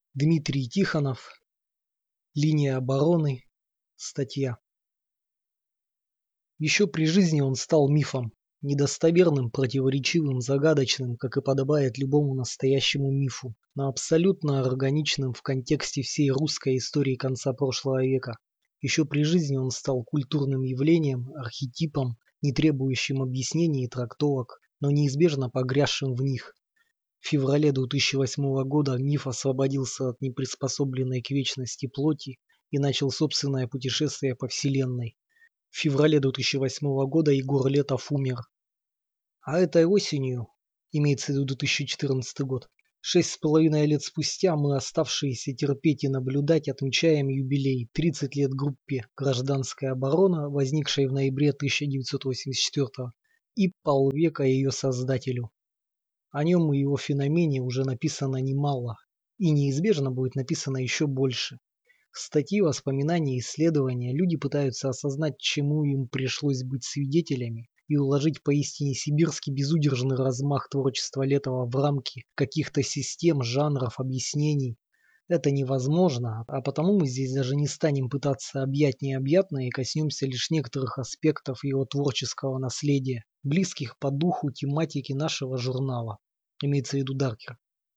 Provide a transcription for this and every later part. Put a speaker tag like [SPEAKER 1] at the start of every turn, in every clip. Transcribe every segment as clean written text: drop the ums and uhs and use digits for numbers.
[SPEAKER 1] Дмитрий Тихонов. Линия обороны. Статья. Еще при жизни он стал мифом, недостоверным, противоречивым, загадочным, как и подобает любому настоящему мифу, но абсолютно органичным в контексте всей русской истории конца прошлого века. Еще при жизни он стал культурным явлением, архетипом, не требующим объяснений и трактовок, но неизбежно погрязшим в них. В феврале 2008 года миф освободился от неприспособленной к вечности плоти и начал собственное путешествие по Вселенной. В феврале 2008 года Егор Летов умер. А этой осенью, имеется в виду 2014 год, 6,5 лет спустя мы, оставшиеся терпеть и наблюдать, отмечаем юбилей 30 лет группе «Гражданская оборона», возникшей в ноябре 1984 и полвека ее создателю. О нем и его феномене уже написано немало, и неизбежно будет написано еще больше. Статьи, воспоминания, исследования, люди пытаются осознать, чему им пришлось быть свидетелями, и уложить поистине сибирский безудержный размах творчества Летова в рамки каких-то систем, жанров, объяснений. Это невозможно, а потому мы здесь даже не станем пытаться объять необъятное и коснемся лишь некоторых аспектов его творческого наследия, близких по духу тематики нашего журнала, имеется в виду Даркер.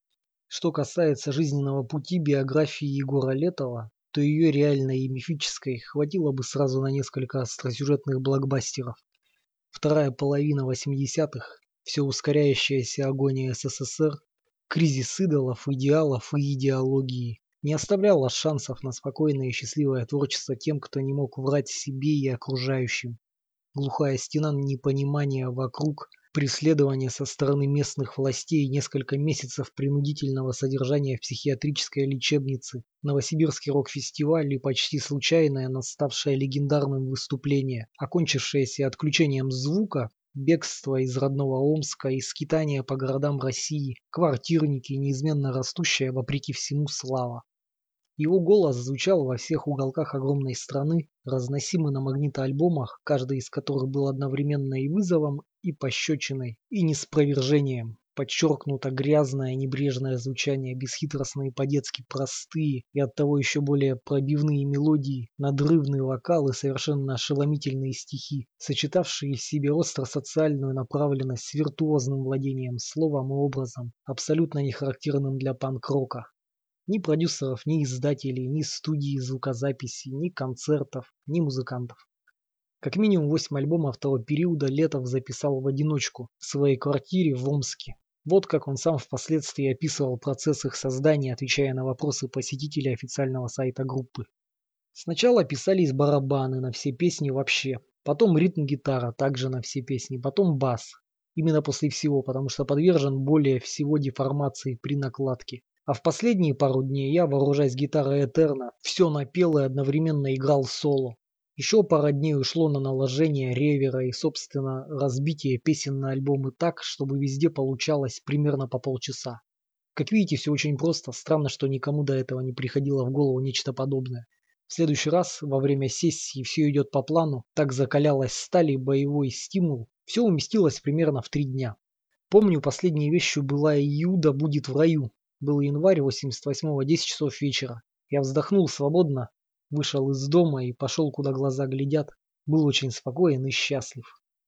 [SPEAKER 1] Что касается жизненного пути биографии Егора Летова, то ее реальной и мифической хватило бы сразу на несколько остросюжетных блокбастеров. Вторая половина 80-х, все ускоряющаяся агония СССР, кризис идолов, идеалов и идеологии не оставляла шансов на спокойное и счастливое творчество тем, кто не мог врать себе и окружающим. Глухая стена непонимания вокруг, преследование со стороны местных властей, несколько месяцев принудительного содержания в психиатрической лечебнице, Новосибирский рок-фестиваль и почти случайное, но ставшее легендарным выступление, окончившееся отключением звука, бегство из родного Омска и скитания по городам России, квартирники, неизменно растущая вопреки всему слава. Его голос звучал во всех уголках огромной страны, разносимый на магнитоальбомах, каждый из которых был одновременно и вызовом, и пощечиной, и неспровержением. Подчеркнуто грязное, небрежное звучание, бесхитростные по-детски простые и оттого еще более пробивные мелодии, надрывный вокал и совершенно ошеломительные стихи, сочетавшие в себе остро-социальную направленность с виртуозным владением словом и образом, абсолютно не характерным для панк-рока. Ни продюсеров, ни издателей, ни студии звукозаписи, ни концертов, ни музыкантов. Как минимум 8 альбомов того периода Летов записал в одиночку в своей квартире в Омске. Вот как он сам впоследствии описывал процесс их создания, отвечая на вопросы посетителей официального сайта группы. Сначала писались барабаны на все песни вообще, потом ритм-гитара также на все песни, потом бас. Именно после всего, потому что подвержен более всего деформации при накладке. А в последние пару дней я, вооружаясь гитарой Этерна, все напел и одновременно играл соло. Еще пара дней ушло на наложение ревера и, собственно, разбитие песен на альбомы так, чтобы везде получалось примерно по полчаса. Как видите, все очень просто. Странно, что никому до этого не приходило в голову нечто подобное. В следующий раз, во время сессии, все идет по плану, так закалялась сталь и боевой стимул, все уместилось примерно в 3 дня. Помню, последней вещью была «Иуда будет в раю». Был январь 88-го, 10 часов вечера. Я вздохнул свободно, вышел из дома и пошел, куда глаза глядят. Был очень спокоен и счастлив.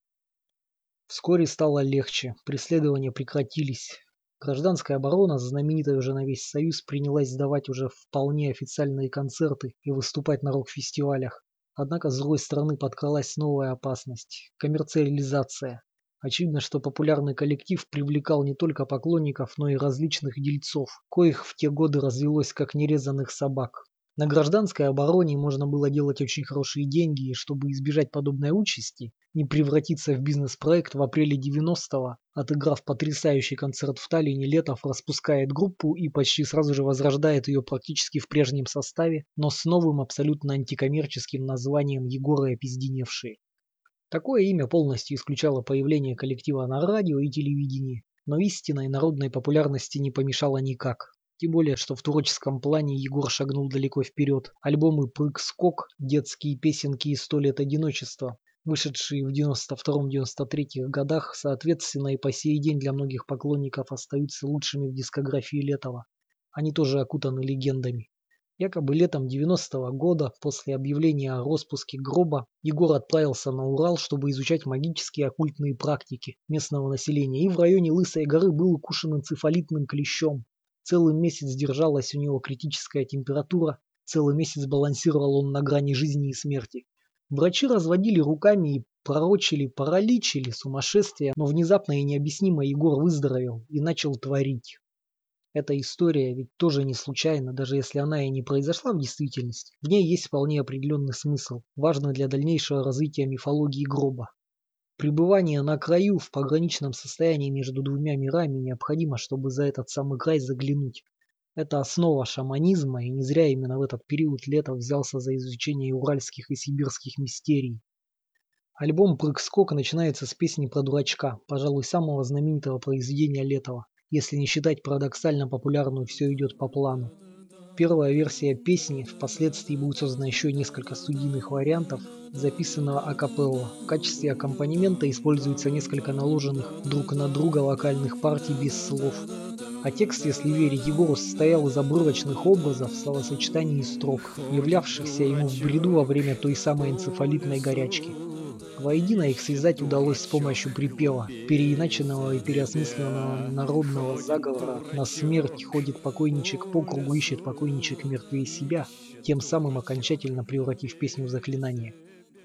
[SPEAKER 1] Вскоре стало легче, преследования прекратились. Гражданская оборона, знаменитая уже на весь Союз, принялась сдавать уже вполне официальные концерты и выступать на рок-фестивалях. Однако, с другой стороны, подкралась новая опасность – коммерциализация. Очевидно, что популярный коллектив привлекал не только поклонников, но и различных дельцов, коих в те годы развелось как нерезанных собак. На гражданской обороне можно было делать очень хорошие деньги, и чтобы избежать подобной участи, не превратиться в бизнес-проект, в апреле 90-го, отыграв потрясающий концерт в Таллине, Летов распускает группу и почти сразу же возрождает ее практически в прежнем составе, но с новым абсолютно антикоммерческим названием «Егоры опизденевшие». Такое имя полностью исключало появление коллектива на радио и телевидении, но истинной народной популярности не помешало никак. Тем более, что в творческом плане Егор шагнул далеко вперед. Альбомы «Прыг-скок», «Детские песенки» и «100 лет одиночества», вышедшие в 92-93 годах, соответственно и по сей день для многих поклонников остаются лучшими в дискографии Летова. они тоже окутаны легендами. Якобы летом 90-го года, после объявления о распуске гроба, Егор отправился на Урал, чтобы изучать магические и оккультные практики местного населения, и в районе Лысой горы был укушен энцефалитным клещом. Целый месяц держалась у него критическая температура, целый месяц балансировал он на грани жизни и смерти. Врачи разводили руками и пророчили паралич или сумасшествие, но внезапно и необъяснимо Егор выздоровел и начал творить. Эта история ведь тоже не случайна, даже если она и не произошла в действительности. В ней есть вполне определенный смысл, важный для дальнейшего развития мифологии гроба. Пребывание на краю в пограничном состоянии между двумя мирами необходимо, чтобы за этот самый край заглянуть. Это основа шаманизма, и не зря именно в этот период Летов взялся за изучение уральских и сибирских мистерий. Альбом «Прыг-скок» начинается с песни про дурачка, пожалуй, самого знаменитого произведения Летова. Если не считать парадоксально популярную «Все идет по плану». Первая версия песни, впоследствии будет создано еще несколько студийных вариантов, записанного акапелла. В качестве аккомпанемента используется несколько наложенных друг на друга вокальных партий без слов. А текст, если верить Егору, состоял из обрывочных образов, словосочетаний и строк, являвшихся ему в бреду во время той самой энцефалитной горячки. Воедино их связать удалось с помощью припева, переиначенного и переосмысленного народного заговора «На смерть ходит покойничек по кругу, ищет покойничек мертвее себя», тем самым окончательно превратив песню в заклинание.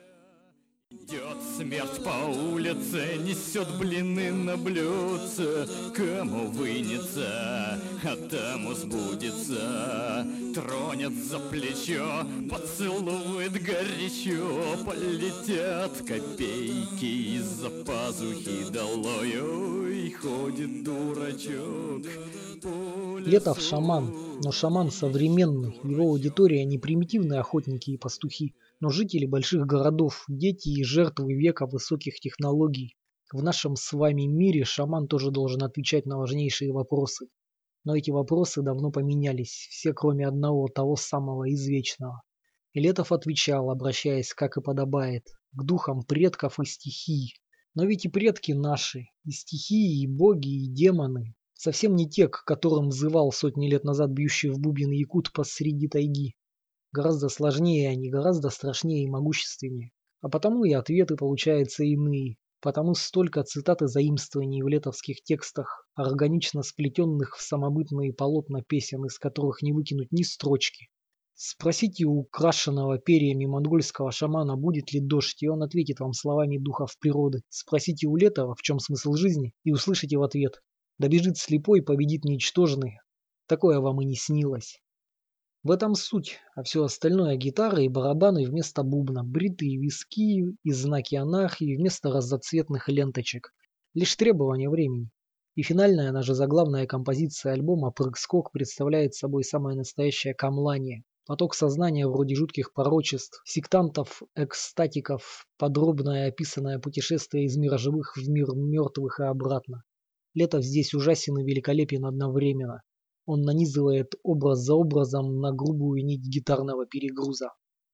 [SPEAKER 2] Идет смерть по улице, несет блины на блюдце, кому вынется, а тому сбудется. Тронет за плечо, поцелует горячо, полетят копейки из-за пазухи долою, и ходит дурачок.
[SPEAKER 1] Летов шаман, но шаман современный, его аудитория не примитивные охотники и пастухи, но жители больших городов, дети и жертвы века высоких технологий. В нашем с вами мире шаман тоже должен отвечать на важнейшие вопросы. Но эти вопросы давно поменялись, все кроме одного, того самого извечного. И Летов отвечал, обращаясь, как и подобает, к духам предков и стихий. Но ведь и предки наши, и стихии, и боги, и демоны, совсем не те, к которым взывал сотни лет назад бьющий в бубен якут посреди тайги. Гораздо сложнее они, гораздо страшнее и могущественнее. А потому и ответы получаются иные. Потому столько цитат и заимствований в летовских текстах, органично сплетенных в самобытные полотна песен, из которых не выкинуть ни строчки. Спросите у украшенного перьями монгольского шамана, будет ли дождь, и он ответит вам словами духов природы. Спросите у Летова, в чем смысл жизни, и услышите в ответ: добежит слепой, победит ничтожный. Такое вам и не снилось. В этом суть, а все остальное — гитары и барабаны вместо бубна, бритые виски и знаки анархии вместо разноцветных ленточек. Лишь требования времени. И финальная, наша заглавная композиция альбома «Прыг-скок» представляет собой самое настоящее камлание. Поток сознания вроде жутких пророчеств, сектантов, экстатиков, подробное описанное путешествие из мира живых в мир мертвых и обратно. Летов здесь ужасен и великолепен одновременно. Он нанизывает образ за образом на грубую нить гитарного перегруза.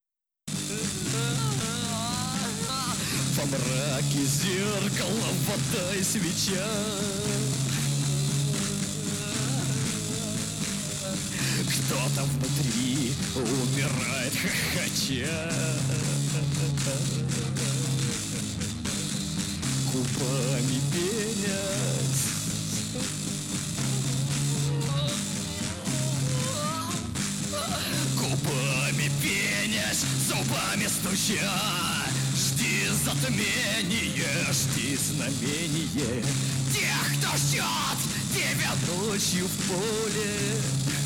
[SPEAKER 2] Во мраке зеркало, вода и свеча. Кто-то внутри умирает хохоча. Губами пенясь, губами пенясь, зубами стуча. Жди затмение, жди знамение тех, кто ждет тебя ночью в поле.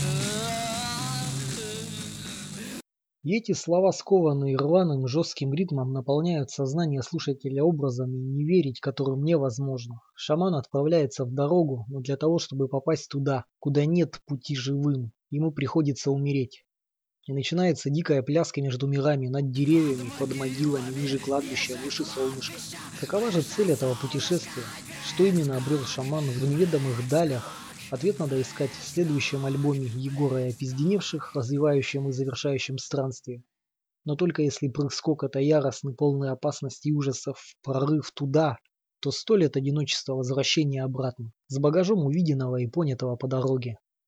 [SPEAKER 1] И эти слова, скованные рваным жестким ритмом, наполняют сознание слушателя образами, не верить которым невозможно. Шаман отправляется в дорогу, но для того, чтобы попасть туда, куда нет пути живым, ему приходится умереть. И начинается дикая пляска между мирами, над деревьями, под могилами, ниже кладбища, выше солнышка. Какова же цель этого путешествия? Что именно обрел шаман в неведомых далях? Ответ надо искать в следующем альбоме Егора и опизденевших, развивающем и завершающем странствие. Но только если прыг-скок — это яростный, полный опасности и ужасов прорыв туда, то 100 лет одиночества возвращения обратно, с багажом увиденного и понятого по дороге.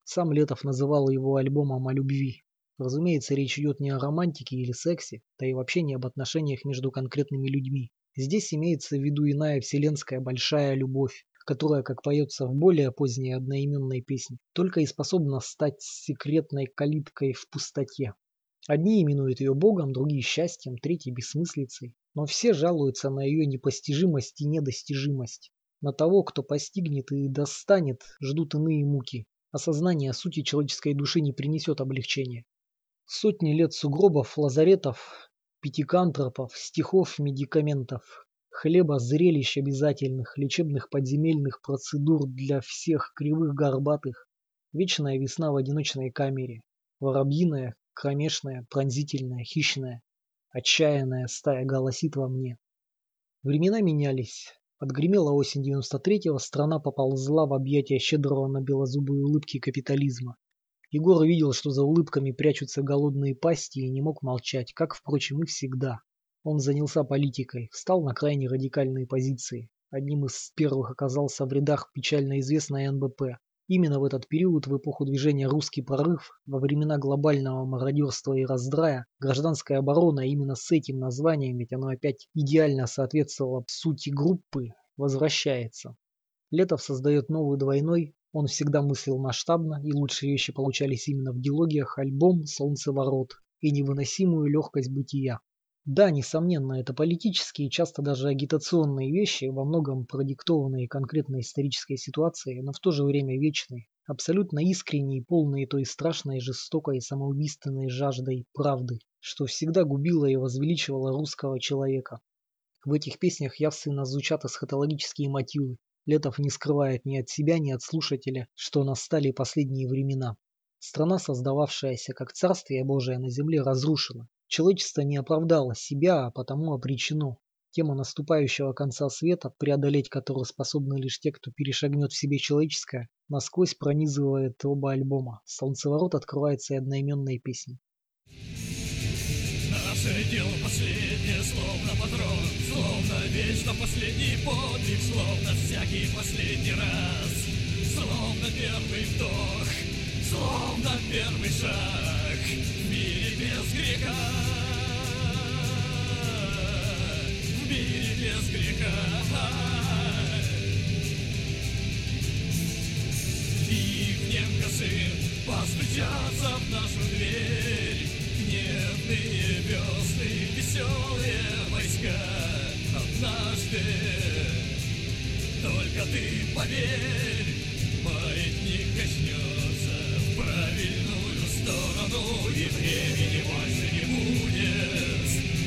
[SPEAKER 1] Сам Летов называл его альбомом о любви. Разумеется, речь идет не о романтике или сексе, да и вообще не об отношениях между конкретными людьми. Здесь имеется в виду иная вселенская большая любовь, которая, как поется в более поздней одноименной песне, только и способна стать секретной калиткой в пустоте. Одни именуют ее Богом, другие счастьем, третьи бессмыслицей, но все жалуются на ее непостижимость и недостижимость. На того, кто постигнет и достанет, ждут иные муки. Осознание сути человеческой души не принесет облегчения. Сотни лет сугробов, лазаретов, пятикантропов, стихов, медикаментов, хлеба, зрелищ обязательных, лечебных подземельных процедур для всех кривых горбатых, вечная весна в одиночной камере, воробьиная, кромешная, пронзительная, хищная, отчаянная стая голосит во мне. Времена менялись. Отгремела осень 93-го, страна поползла в объятия щедрого на белозубые улыбки капитализма. Егор видел, что за улыбками прячутся голодные пасти, и не мог молчать, как, впрочем, и всегда. Он занялся политикой, встал на крайне радикальные позиции. Одним из первых оказался в рядах печально известной НБП. Именно в этот период, в эпоху движения «Русский прорыв», во времена глобального мародерства и раздрая, гражданская оборона именно с этим названием, ведь оно опять идеально соответствовало сути группы, возвращается. Летов создает новый двойной, он всегда мыслил масштабно, и лучшие вещи получались именно в дилогиях, альбом «Солнцеворот» и невыносимую легкость бытия. Да, несомненно, это политические, часто даже агитационные вещи, во многом продиктованные конкретной исторической ситуацией, но в то же время вечные, абсолютно искренние, полные той страшной, жестокой и самоубийственной жаждой правды, что всегда губило и возвеличивало русского человека. В этих песнях явственно звучат эсхатологические мотивы. Летов не скрывает ни от себя, ни от слушателя, что настали последние времена. Страна, создававшаяся как Царствие Божие на земле, разрушена. Человечество не оправдало себя, а потому обречено. Тема наступающего конца света, преодолеть которую способны лишь те, кто перешагнет в себе человеческое, насквозь пронизывает оба альбома. «Солнцеворот» открывается и одноименной песней.
[SPEAKER 2] Наше дело последнее, словно патрон, словно вечно последний подвиг, словно всякий последний раз, словно первый вдох, словно первый шаг в мире без греха, в мире без греха. Ливнем косым постучатся в нашу дверь гневные весны, веселые войска. Однажды только ты поверь, маятник качнется в правильную сторону, и времени больше не будет,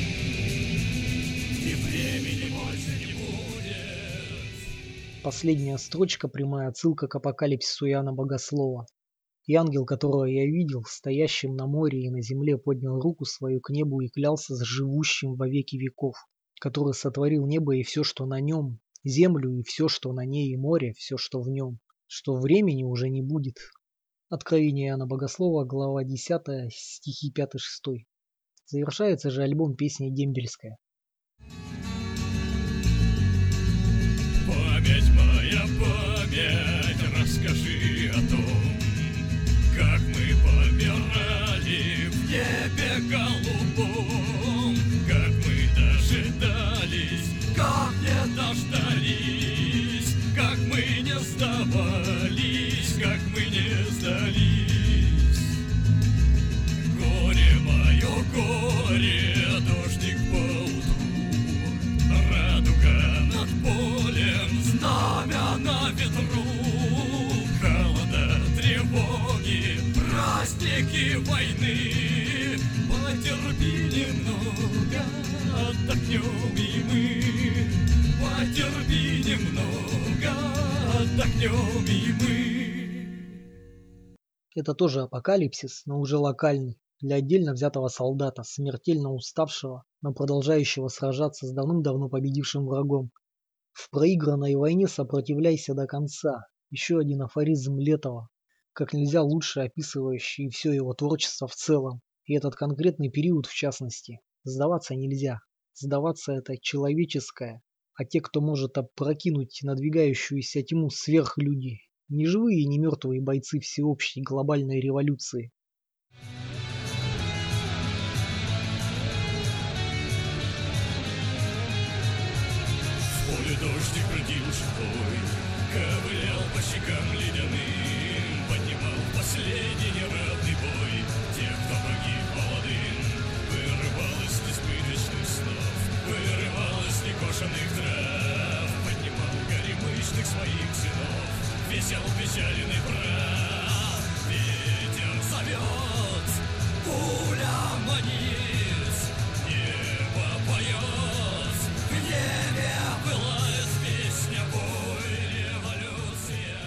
[SPEAKER 2] и времени больше не будет.
[SPEAKER 1] Последняя строчка – прямая отсылка к апокалипсису Иоанна Богослова. И ангел, которого я видел, стоящим на море и на земле, поднял руку свою к небу и клялся с живущим во веки веков, который сотворил небо и все, что на нем, землю и все, что на ней, и море, все, что в нем, что времени уже не будет. Откровение Иоанна Богослова, глава 10, стихи 5-6. Завершается же альбом песней дембельская.
[SPEAKER 2] Память моя, память, расскажи о том, как мы помирали в небе голубом, как мы дожидались, как не дождались, как мы не сдавались, как мы не сдались. Горе мое, горе, дождик поутру, радуга над полем, знамя на ветру, холода, тревоги, праздники войны. Потерпи немного, отдохнем и мы. Потерпи немного, отдохнем и мы.
[SPEAKER 1] Это тоже апокалипсис, но уже локальный, для отдельно взятого солдата, смертельно уставшего, но продолжающего сражаться с давным-давно победившим врагом. В проигранной войне сопротивляйся до конца. Еще один афоризм Летова, как нельзя лучше описывающий все его творчество в целом, и этот конкретный период в частности. Сдаваться нельзя. Сдаваться это человеческое, а те, кто может опрокинуть надвигающуюся тьму, сверхлюди. ни живые, ни мертвые бойцы всеобщей глобальной революции.
[SPEAKER 2] В поле дождик бродил живой, ковылял по щекам ледяным, поднимал последний неравный бой тех, кто погиб молодым, вырывал из несбыточных снов, вырывал из некошенных трав, поднимал горемычных своих сынов, весел печален и прав. Ветер зовет, пуля манит, небо поет, в небе пылает песня «Бой, революция».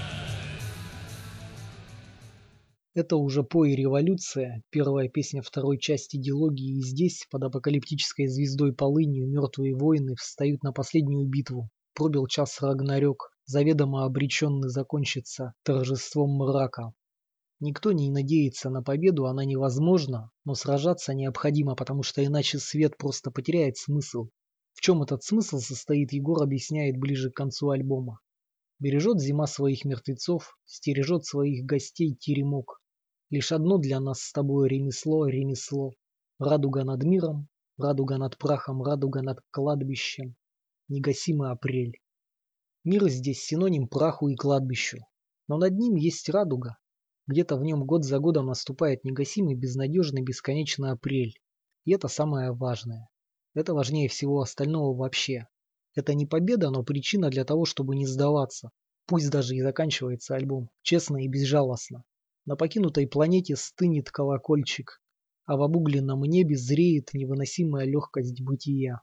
[SPEAKER 1] Это уже «Пой, революция», первая песня второй части дилогии, и здесь, под апокалиптической звездой полынью, мертвые воины встают на последнюю битву. Пробил час Рагнарёк, заведомо обреченный закончиться торжеством мрака. Никто не надеется на победу, она невозможна, но сражаться необходимо, потому что иначе свет просто потеряет смысл. В чем этот смысл состоит, Егор объясняет ближе к концу альбома. Бережет зима своих мертвецов, стережет своих гостей теремок. Лишь одно для нас с тобой ремесло, ремесло. Радуга над миром, радуга над прахом, радуга над кладбищем. Негасимый апрель. Мир здесь синоним праху и кладбищу. Но над ним есть радуга. Где-то в нем год за годом наступает негасимый, безнадежный, бесконечный апрель. И это самое важное. Это важнее всего остального вообще. Это не победа, но причина для того, чтобы не сдаваться. Пусть даже и заканчивается альбом. Честно и безжалостно. На покинутой планете стынет колокольчик, а в обугленном небе зреет невыносимая легкость бытия.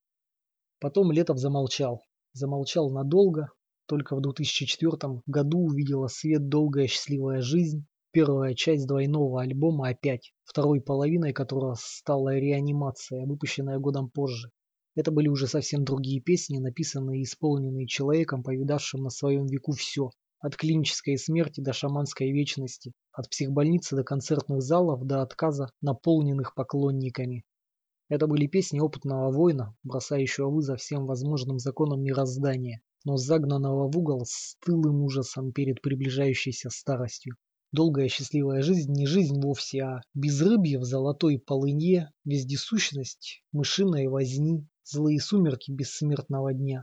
[SPEAKER 1] Потом Летов замолчал. Замолчал надолго. Только в 2004 году увидела свет «Долгая счастливая жизнь», первая часть двойного альбома опять, второй половиной которого стала «Реанимация», выпущенная годом позже. Это были уже совсем другие песни, написанные и исполненные человеком, повидавшим на своем веку все. От клинической смерти до шаманской вечности, от психбольницы до концертных залов, до отказа, наполненных поклонниками. Это были песни опытного воина, бросающего вызов всем возможным законам мироздания, но загнанного в угол с стылым ужасом перед приближающейся старостью. Долгая счастливая жизнь не жизнь вовсе, а безрыбье в золотой полынье, вездесущность мышиной возни, злые сумерки бессмертного дня.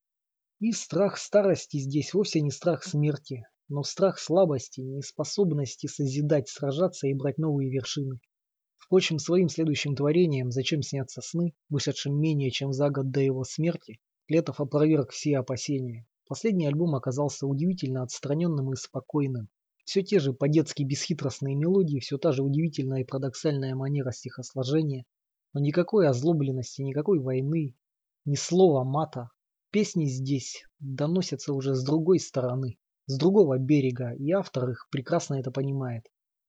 [SPEAKER 1] И страх старости здесь вовсе не страх смерти, но страх слабости, неспособности созидать, сражаться и брать новые вершины. Впрочем, своим следующим творением «Зачем снятся сны», вышедшим менее чем за год до его смерти, Летов опроверг все опасения. Последний альбом оказался удивительно отстраненным и спокойным. Все те же по-детски бесхитростные мелодии, все та же удивительная и парадоксальная манера стихосложения, но никакой озлобленности, никакой войны, ни слова мата. Песни здесь доносятся уже с другой стороны, с другого берега, и автор их прекрасно это понимает.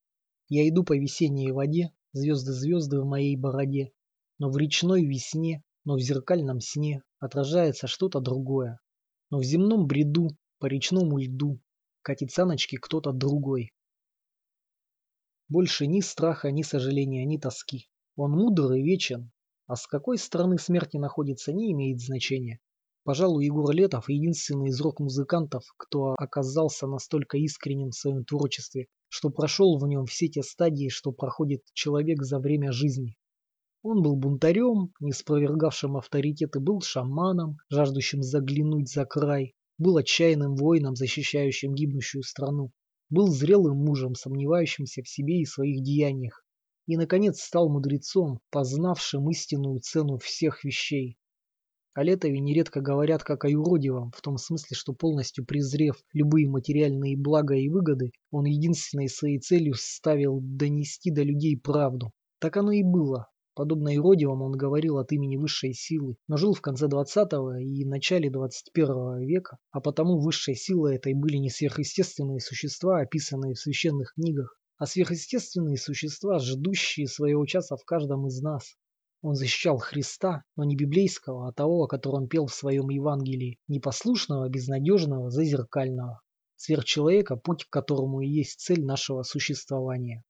[SPEAKER 1] Я иду по весенней воде, звезды-звезды в моей бороде, но в речной весне, но в зеркальном сне отражается что-то другое. Но в земном бреду, по речному льду, катит саночки кто-то другой. Больше ни страха, ни сожаления, ни тоски. Он мудр и вечен, а с какой стороны смерти находится, не имеет значения. Пожалуй, Егор Летов единственный из рок-музыкантов, кто оказался настолько искренним в своем творчестве, что прошел в нем все те стадии, что проходит человек за время жизни. Он был бунтарем, не спровергавшим авторитеты, был шаманом, жаждущим заглянуть за край, был отчаянным воином, защищающим гибнущую страну, был зрелым мужем, сомневающимся в себе и своих деяниях, и, наконец, стал мудрецом, познавшим истинную цену всех вещей. О Летове нередко говорят как о юродивом, в том смысле, что полностью презрев любые материальные блага и выгоды, он единственной своей целью ставил донести до людей правду. Так оно и было. Подобно юродивому он говорил от имени высшей силы, но жил в конце 20-го и начале 21 века, а потому высшей силой этой были не сверхъестественные существа, описанные в священных книгах, а сверхъестественные существа, ждущие своего часа в каждом из нас. Он защищал Христа, но не библейского, а того, о котором пел в своем Евангелии, непослушного, безнадежного, зазеркального. Сверхчеловека, путь к которому и есть цель нашего существования.